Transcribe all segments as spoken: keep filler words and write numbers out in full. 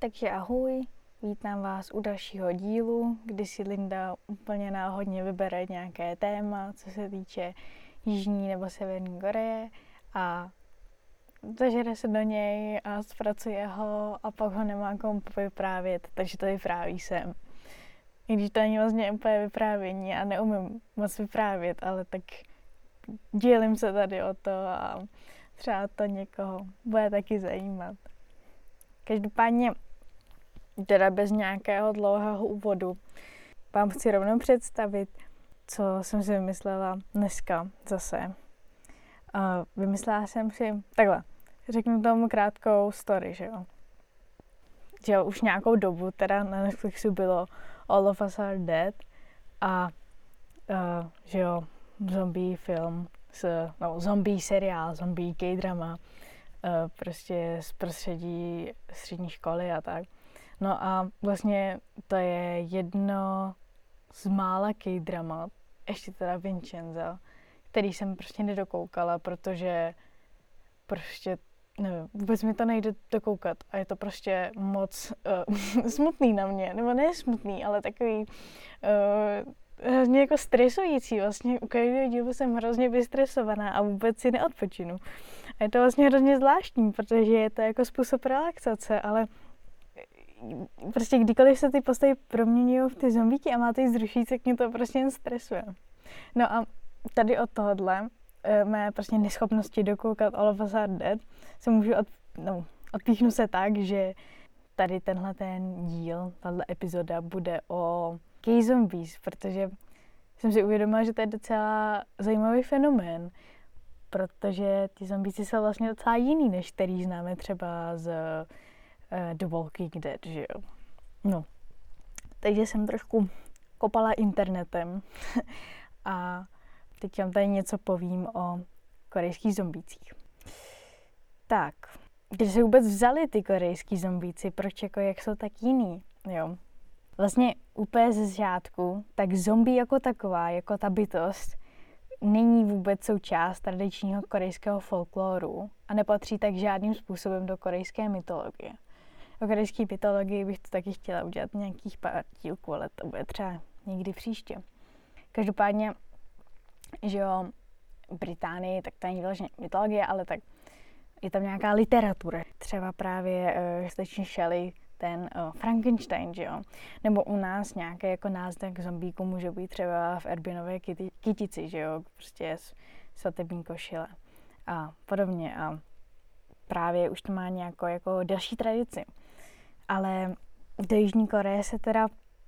Takže ahoj, vítám vás u dalšího dílu, kdy si Linda úplně náhodně vybere nějaké téma, co se týče Jižní nebo Severní Koreje a zažere se do něj a zpracuje ho a pak ho nemá komu vyprávět, takže to vypráví sem. I když to není vlastně úplně vyprávění a neumím moc vyprávět, ale tak dělím se tady o to a třeba to někoho bude taky zajímat. Každopádně, teda bez nějakého dlouhého úvodu, vám chci rovnou představit, co jsem si vymyslela dneska zase. Uh, vymyslela jsem si, takhle, řeknu tomu krátkou story, že jo. Že jo, už nějakou dobu teda na Netflixu bylo All of Us Are Dead a uh, že jo, zombie film, s, no zombie seriál, zombie K-drama, uh, prostě z prostředí střední školy a tak. No a vlastně to je jedno z mála K-drama, ještě teda Vincenzo, který jsem prostě nedokoukala, protože prostě, nevím, vůbec mi to nejde dokoukat a je to prostě moc uh, smutný na mě, nebo ne smutný, ale takový uh, hrozně jako stresující, vlastně u každého dílu jsem hrozně vystresovaná a vůbec si neodpočinu. A je to vlastně hrozně zvláštní, protože je to jako způsob relaxace, ale prostě kdykoliv se ty postavy proměňují v ty zombíky a máte jich zrušit, tak mě to prostě jen stresuje. No a tady od tohohle mé prostě neschopnosti dokoukat All of Us Are Dead se můžu od, no, odpíchnu se tak, že tady tenhle ten díl, tahle epizoda bude o K-zombies, protože jsem si uvědomila, že to je docela zajímavý fenomén, protože ty zombíci jsou vlastně docela jiný, než který známe třeba z uh, The Walking Dead, že jo. No, takže jsem trošku kopala internetem a teď vám tady něco povím o korejských zombících. Tak, kde se vůbec vzali ty korejský zombíci, proč jako, jak jsou tak jiný, jo. Vlastně úplně ze začátku, tak zombie jako taková, jako ta bytost, není vůbec součást tradičního korejského folkloru a nepatří tak žádným způsobem do korejské mytologie. O korejské mytologii bych to taky chtěla udělat nějakých pár dílků, ale to bude třeba někdy příště. Každopádně, že jo, Británii, tak to není vyloženě mytologie, ale tak je tam nějaká literatura. Třeba právě uh, skutečně Shelley, ten uh, Frankenstein, že jo. Nebo u nás nějaké jako náznak zombíku může být třeba v Erbinové kyti, kytici, že jo, prostě svatební košile a podobně. A právě už to má nějakou jako další tradici. Ale do Jižní Koreje se teda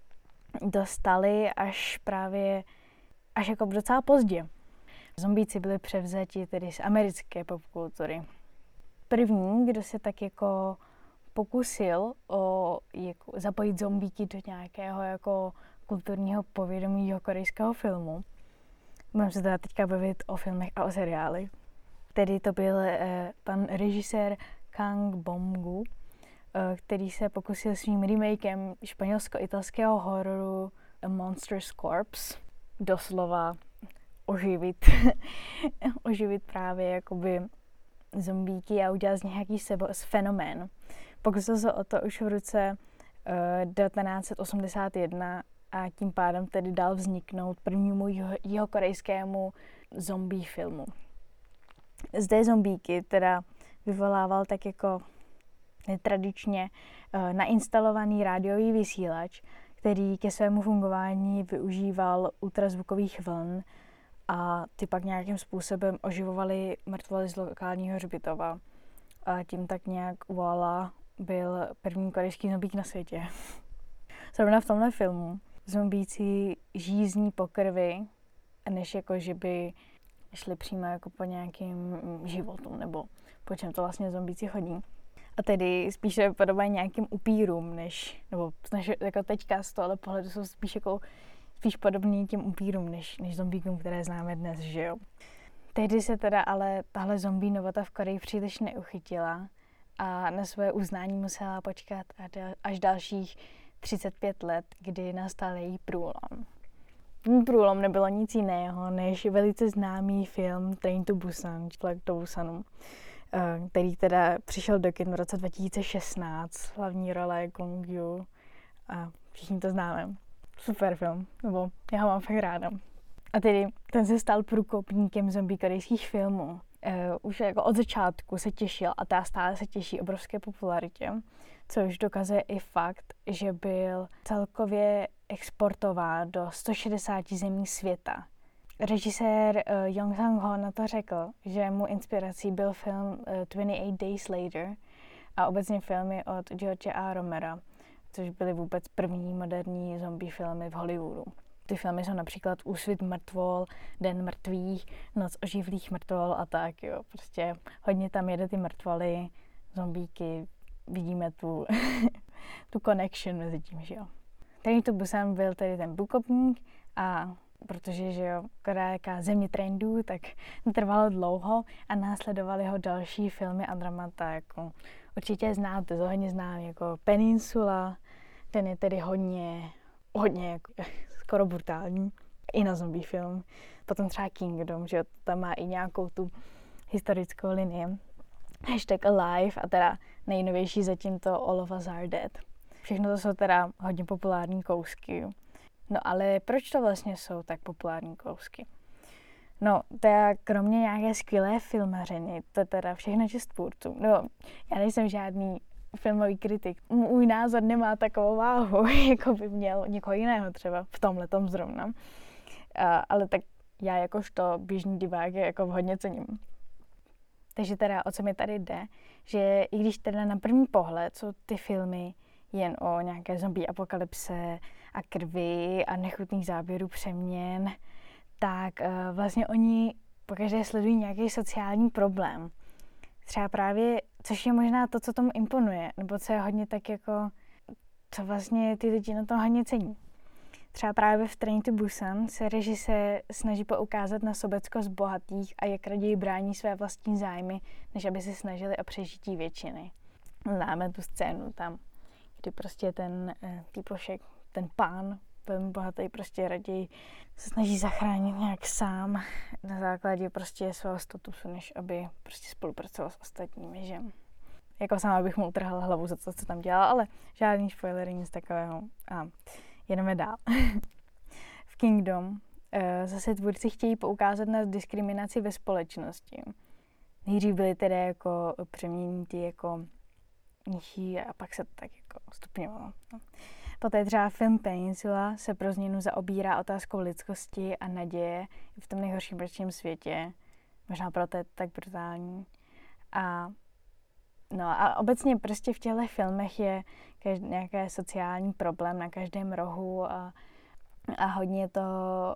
dostali až právě, až jako docela pozdě. Zombíci byli převzati tedy z americké popkultury. První, kdo se tak jako pokusil o jako zapojit zombíky do nějakého jako kulturního povědomí korejského filmu. Budeme se teda teďka bavit o filmech a o seriálech. Tedy to byl eh, pan režisér Kang Bong-gu, eh, který se pokusil svým remakem španělsko-italského hororu A Monster's Corpse doslova oživit, oživit právě jakoby zombíky a udělat z nich nějaký sebo, fenomén. Pokusil se o to už v roce uh, devatenáct set osmdesát jedna a tím pádem tedy dal vzniknout prvnímu jeho korejskému zombie filmu. Zde zombíky teda vyvolával tak jako netradičně uh, nainstalovaný rádiový vysílač, který ke svému fungování využíval ultrazvukových vln a ty pak nějakým způsobem oživovali mrtvoly z lokálního hřbitova. A tím tak nějak voilà byl první korejský zombík na světě. Zrovna v tomhle filmu zombíci žízní po krvi, než jako, že by šli přímo jako po nějakým životům, nebo po čem to vlastně zombíci chodí. A tedy spíše podobají nějakým upírům, než, nebo než jako teďka z tohohle pohledu jsou spíš jako spíš podobný těm upírům, než, než zombíkům, které známe dnes, že jo. Tehdy se teda ale tahle zombie novota v Koreji příliš neuchytila a na svoje uznání musela počkat až dalších třicet pět let, kdy nastal její průlom. Průlom nebylo nic jiného, než velice známý film Train to Busan, Vlak do Busanu, který teda přišel do kin v roce dva tisíce šestnáct, hlavní role Gong Yoo a všichni to známe. Super film, nebo já ho mám fakt ráda. A tedy ten se stal průkopníkem zombie korejských filmů. Uh, už jako od začátku se těšil a ta stále se těší obrovské popularitě, což dokazuje i fakt, že byl celkově exportován do sto šedesáti zemí světa. Režisér uh, Jong Sang-ho na to řekl, že mu inspirací byl film uh, dvacet osm Days Later a obecně filmy od George A. Romera, což byly vůbec první moderní zombie filmy v Hollywoodu. Ty filmy jsou například Úsvit mrtvol, Den mrtvých, Noc oživlých mrtvol a tak, jo. Prostě hodně tam jede ty mrtvoly, zombíky, vidíme tu, tu connection mezi tím, že jo. Train to Busan byl tedy ten průkopník a protože, že jo, Korea je jaká země trendů, tak trvalo dlouho a následovaly ho další filmy a dramata, jako určitě znáte, to hodně znám, jako Peninsula, ten je tedy hodně, hodně jako, skoro brutální, i na zombie film. Potom třeba Kingdom, že jo, tam má i nějakou tu historickou linii. Hashtag Alive a teda nejnovější zatím to All of Us Are Dead. Všechno to jsou teda hodně populární kousky. No ale proč to vlastně jsou tak populární kousky? No, teda kromě nějaké skvělé filmařiny, to teda všechno čest tvůrců. No, já nejsem žádný filmový kritik. Můj názor nemá takovou váhu, jako by měl někoho jiného třeba v tomhletom zrovna. A, ale tak já jakožto běžný divák je jako hodně cením. Takže teda o co mi tady jde, že i když teda na první pohled jsou ty filmy jen o nějaké zombie apokalypse a krvi a nechutných záběrů přeměn, tak uh, vlastně oni pokaždé sledují nějaký sociální problém. Třeba právě, což je možná to, co tomu imponuje, nebo co je hodně tak jako, co vlastně ty lidi na tom hodně cení. Třeba právě v Train to Busan se režisér snaží poukázat na sobeckost bohatých a jak raději brání své vlastní zájmy, než aby se snažili o přežití většiny. Známe tu scénu tam, kdy prostě ten eh, týpošek, ten pán, velmi bohatý, prostě raději se snaží zachránit nějak sám na základě prostě svého statusu, než aby prostě spolupracoval s ostatními, že jako sama bych mu utrhla hlavu za to, co tam dělal, ale žádný spoilery, nic takového. A jedeme dál. V Kingdom uh, zase tvůrci chtějí poukázat na diskriminaci ve společnosti. Nejdřív byly tedy jako přeměnití jako nižší a pak se to tak jako stupňovalo. No. Poté třeba film Peninsula se pro změnu zaobírá otázkou lidskosti a naděje v tom nejhorším ročním světě. Možná proto je to tak brutální. A, no a obecně prostě v těchto filmech je každý, nějaký sociální problém na každém rohu a, a hodně to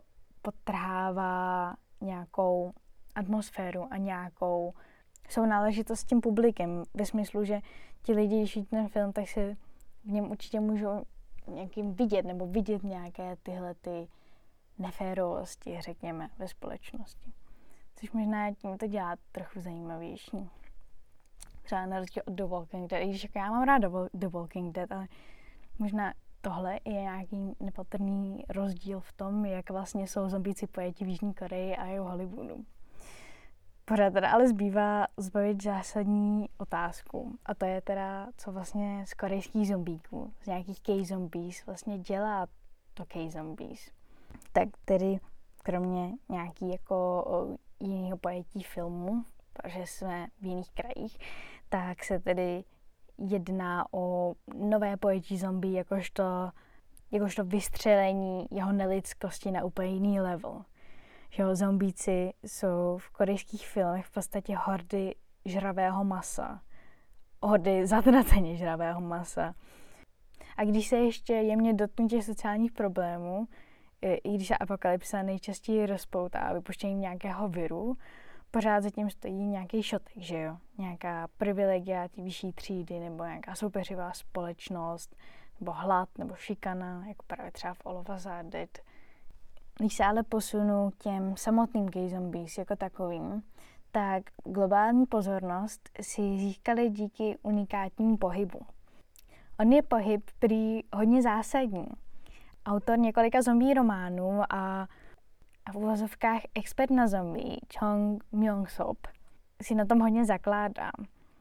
podtrhává nějakou atmosféru a nějakou sounáležitost s tím publikem. Ve smyslu, že ti lidi, když vidí ten film, tak se v něm určitě můžou nějakým vidět nebo vidět nějaké tyhle ty neférovosti, řekněme, ve společnosti. Což možná tím to dělá trochu zajímavější. Třeba na rozdíl od The Walking Dead, i když jako já mám ráda The Walking Dead, ale možná tohle je nějaký nepatrný rozdíl v tom, jak vlastně jsou zombíci pojeti v Jižní Koreji a i v Hollywoodu. Pořád teda ale zbývá zbavit zásadní otázku. A to je teda, co vlastně z korejských zombíků, z nějakých K-zombies vlastně dělá to K-zombies. Tak tedy kromě nějaký jako jiného pojetí filmu, protože jsme v jiných krajích, tak se tedy jedná o nové pojetí zombie, jakožto, jakožto vystřelení jeho nelidskosti na úplně jiný level. Že zombíci jsou v korejských filmech v podstatě hordy žravého masa. Hordy zatraceně žravého masa. A když se ještě jemně dotknu těch sociálních problémů, i když se apokalypsa nejčastěji rozpoutá vypuštěním nějakého viru, pořád zatím stojí nějaký šotek, že jo? Nějaká privilegia té vyšší třídy, nebo nějaká soupeřivá společnost, nebo hlad, nebo šikana, jako právě třeba v All of Us Are Dead. Když se ale posunu k těm samotným K-zombies jako takovým, tak globální pozornost si získali díky unikátnímu pohybu. On je pohyb prý hodně zásadní. Autor několika zombie románů a, a v uvozovkách expert na zombie Chong Myung-sop si na tom hodně zakládám.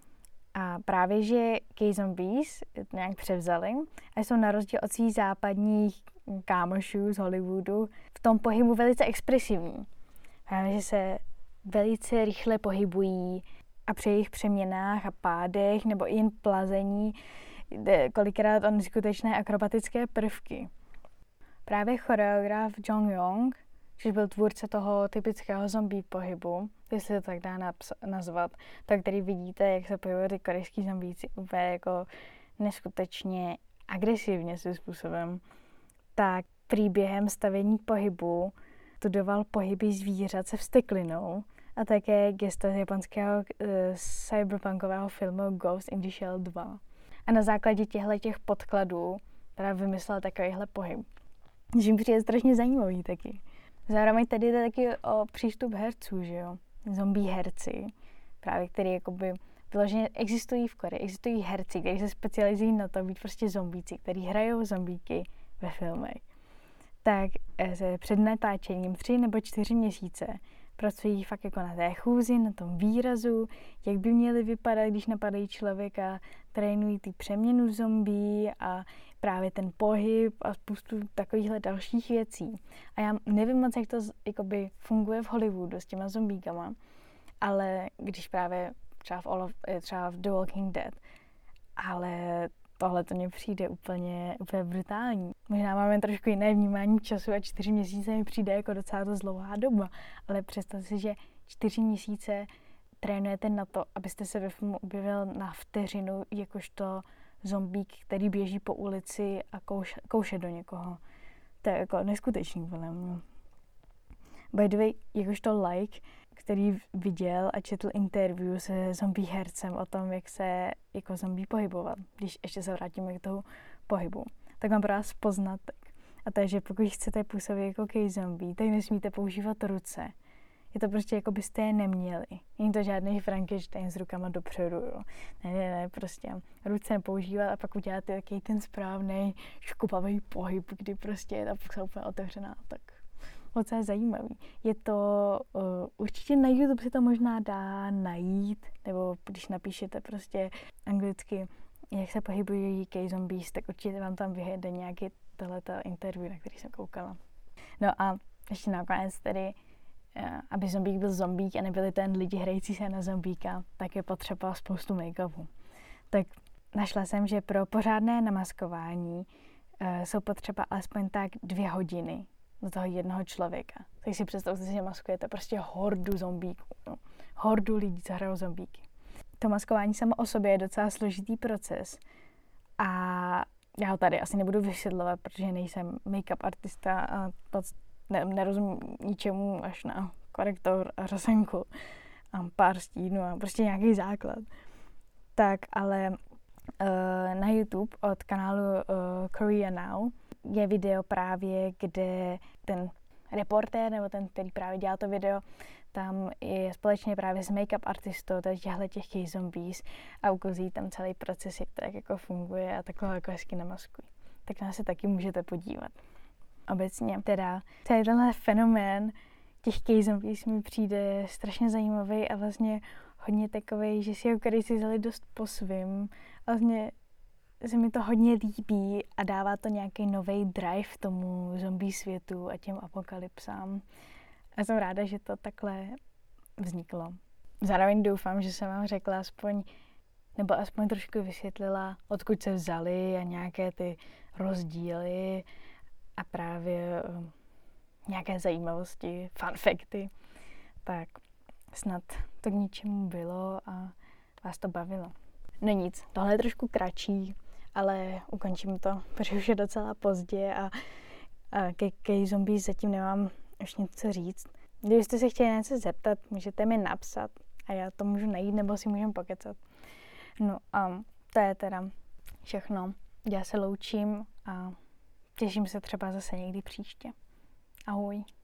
A právě, že K-Zombies to nějak převzali a jsou na rozdíl od svých západních kámošů z Hollywoodu v tom pohybu velice expresivní. Právě, že se velice rychle pohybují a při jejich přeměnách a pádech nebo i jen plazení jde kolikrát o neskutečné akrobatické prvky. Právě choreograf Jong Yong, což byl tvůrce toho typického zombie pohybu, jestli to tak dá naps- nazvat, tak který vidíte, jak se pohybují ty korejský zombíci úplně jako neskutečně agresivně svým způsobem, tak příběhem stavění pohybu studoval pohyby zvířat se vzteklinou a také gesta z japonského uh, cyberpunkového filmu Ghost in the Shell dva. A na základě těchto podkladů teda vymyslel takovýhle pohyb. Že mi přijde strašně zajímavý taky. Zároveň tady jde taky o přístup herců, že jo? Zombie herci, právě který jakoby vyloženě existují v Koreji, existují herci, kteří se specializují na to být prostě zombíci, kteří hrajou zombíky ve filmech. Tak se před natáčením tři nebo čtyři měsíce pracují fakt jako na té chůzi, na tom výrazu, jak by měly vypadat, když napadají člověka, trénují ty přeměnu zombie a právě ten pohyb a spoustu takovýchhle dalších věcí. A já nevím moc, jak to jakoby funguje v Hollywoodu s těma zombíkama, ale když právě třeba v, All of, třeba v The Walking Dead, ale tohle to mně přijde úplně, úplně brutální. Možná máme trošku jiné vnímání času a čtyři měsíce mi přijde jako docela dost dlouhá doba, ale představte si, že čtyři měsíce trénujete na to, abyste se ve filmu objevil na vteřinu jakožto zombík, který běží po ulici a kouše, kouše do někoho. To je jako neskutečný film. By the way, jakožto like, který viděl a četl interview se zombie hercem o tom, jak se jako zombie pohybovat, když ještě se vrátíme k tomu pohybu, tak mám pro vás poznatek. A to je, že pokud chcete působit jako K-zombie, tak nesmíte používat ruce. Je to prostě, jako byste je neměli. Není to žádný Frankenstein s rukama dopředu, jo. Ne, ne, ne, prostě ruce nepoužívat a pak uděláte takový ten správný škupavý pohyb, kdy prostě je ta pusa úplně otevřená, tak moc je zajímavý. Je to, uh, určitě na YouTube si to možná dá najít, nebo když napíšete prostě anglicky, jak se pohybují K-zombies, tak určitě vám tam vyjde nějaký tohleto interview, na který jsem koukala. No a ještě nakonec tedy, aby zombík byl zombík a nebyli ten lidi hrající se na zombíka, tak je potřeba spoustu make-upu. Tak našla jsem, že pro pořádné namaskování uh, jsou potřeba alespoň tak dvě hodiny do toho jednoho člověka. Tak si představte, že maskujete prostě hordu zombíků. No. Hordu lidí, co hrajou zombíky. To maskování samo o sobě je docela složitý proces a já ho tady asi nebudu vysvětlovat, protože nejsem make-up artista a ne, nerozumím ničemu až na korektor a řasenku a pár stínů a prostě nějaký základ. Tak ale uh, na YouTube od kanálu uh, Korea Now je video právě, kde ten reportér nebo ten, který právě dělá to video, tam je společně právě s make-up artistou těchto těch K-zombies a ukazují tam celý proces, jak to jak jako funguje a takhle jako hezky namaskují. Tak na se taky můžete podívat. Obecně teda celý tenhle fenomén těch K-zombies mi přijde strašně zajímavý a vlastně hodně takovej, že si ho si vzali dost po svým. Vlastně se mi to hodně líbí a dává to nějaký nový drive tomu zombie světu a těm apokalypsám. A jsem ráda, že to takhle vzniklo. Zároveň doufám, že jsem vám řekla aspoň, nebo aspoň trošku vysvětlila, odkud se vzali a nějaké ty rozdíly a právě um, nějaké zajímavosti, fun facty. Tak snad to k ničemu bylo a vás to bavilo. No nic, tohle je trošku kratší, ale ukončím to, protože už je docela pozdě a, a ke K-zombies zatím nemám už nic co říct. Kdybyste se chtěli něco zeptat, můžete mi napsat a já to můžu najít nebo si můžeme pokecat. No a to je teda všechno. Já se loučím a těším se třeba zase někdy příště. Ahoj.